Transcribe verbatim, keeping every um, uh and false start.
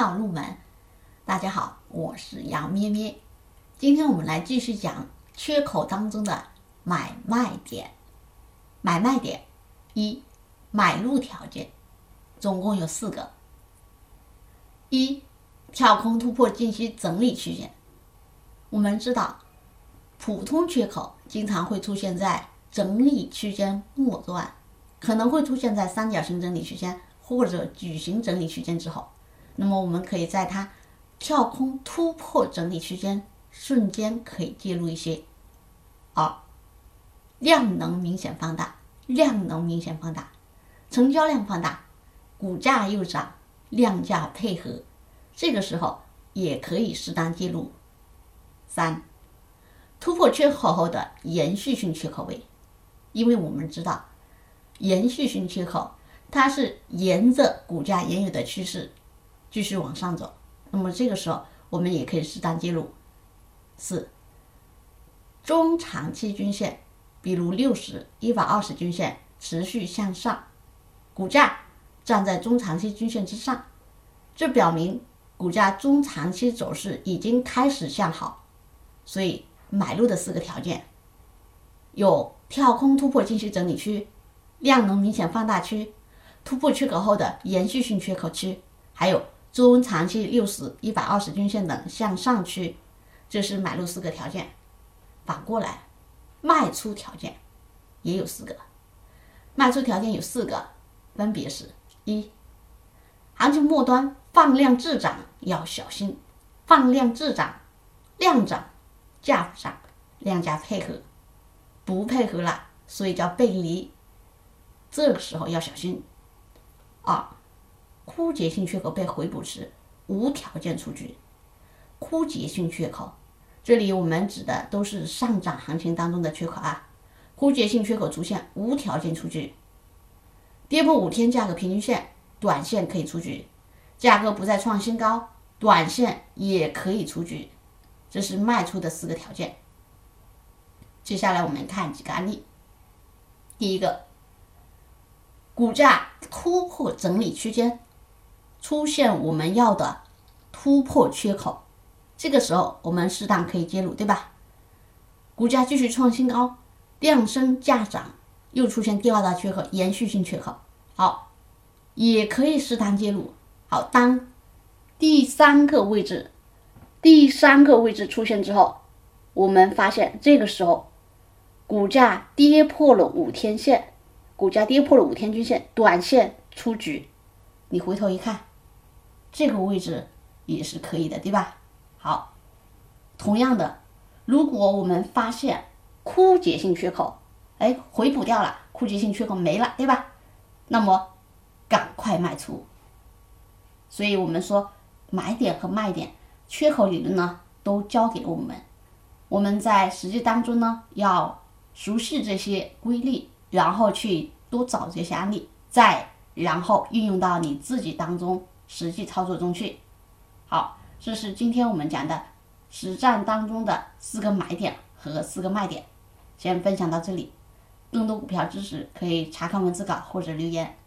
票入门。大家好，我是杨咩咩。今天我们来继续讲缺口当中的买卖点。买卖点一，买入条件，总共有四个。一，跳空突破近期整理区间。我们知道，普通缺口经常会出现在整理区间末端，可能会出现在三角形整理区间或者矩形整理区间之后。那么我们可以在它跳空突破整理区间瞬间可以介入一些。二，量能明显放大，量能明显放大，成交量放大，股价又涨，量价配合，这个时候也可以适当介入。三，突破缺口后的延续性缺口位，因为我们知道延续性缺口它是沿着股价原有的趋势继续往上走，那么这个时候我们也可以适当介入。四，中长期均线，比如六十、一百二十均线持续向上，股价站在中长期均线之上，这表明股价中长期走势已经开始向好，所以买入的四个条件有跳空突破近期整理区、量能明显放大区、突破缺口后的延续性缺口区，还有中长期六十、一百二十均线等向上区，这是买入四个条件。反过来，卖出条件也有四个。卖出条件有四个，分别是：一，行情末端放量滞涨要小心，放量滞涨，量涨价不涨，量价配合，不配合了，所以叫背离，这个时候要小心。二，枯竭性缺口被回补时无条件出局。枯竭性缺口，这里我们指的都是上涨行情当中的缺口啊。枯竭性缺口出现无条件出局，跌破五天价格平均线，短线可以出局，价格不再创新高，短线也可以出局，这是卖出的四个条件。接下来我们看几个案例。第一个，股价突破整理区间，出现我们要的突破缺口，这个时候我们适当可以介入，对吧？股价继续创新高，量升价涨，又出现第二大缺口，延续性缺口，好，也可以适当介入。好，当第三个位置第三个位置出现之后，我们发现这个时候股价跌破了五天线，股价跌破了五天均线，短线出局，你回头一看，这个位置也是可以的，对吧？好，同样的，如果我们发现枯竭性缺口，哎，回补掉了，枯竭性缺口没了，对吧？那么赶快卖出。所以我们说买点和卖点，缺口理论呢都教给了我们，我们在实际当中呢要熟悉这些规律，然后去多找这些案例，再然后运用到你自己当中实际操作中去。好，这是今天我们讲的实战当中的四个买点和四个卖点，先分享到这里。更多股票知识可以查看文字稿或者留言。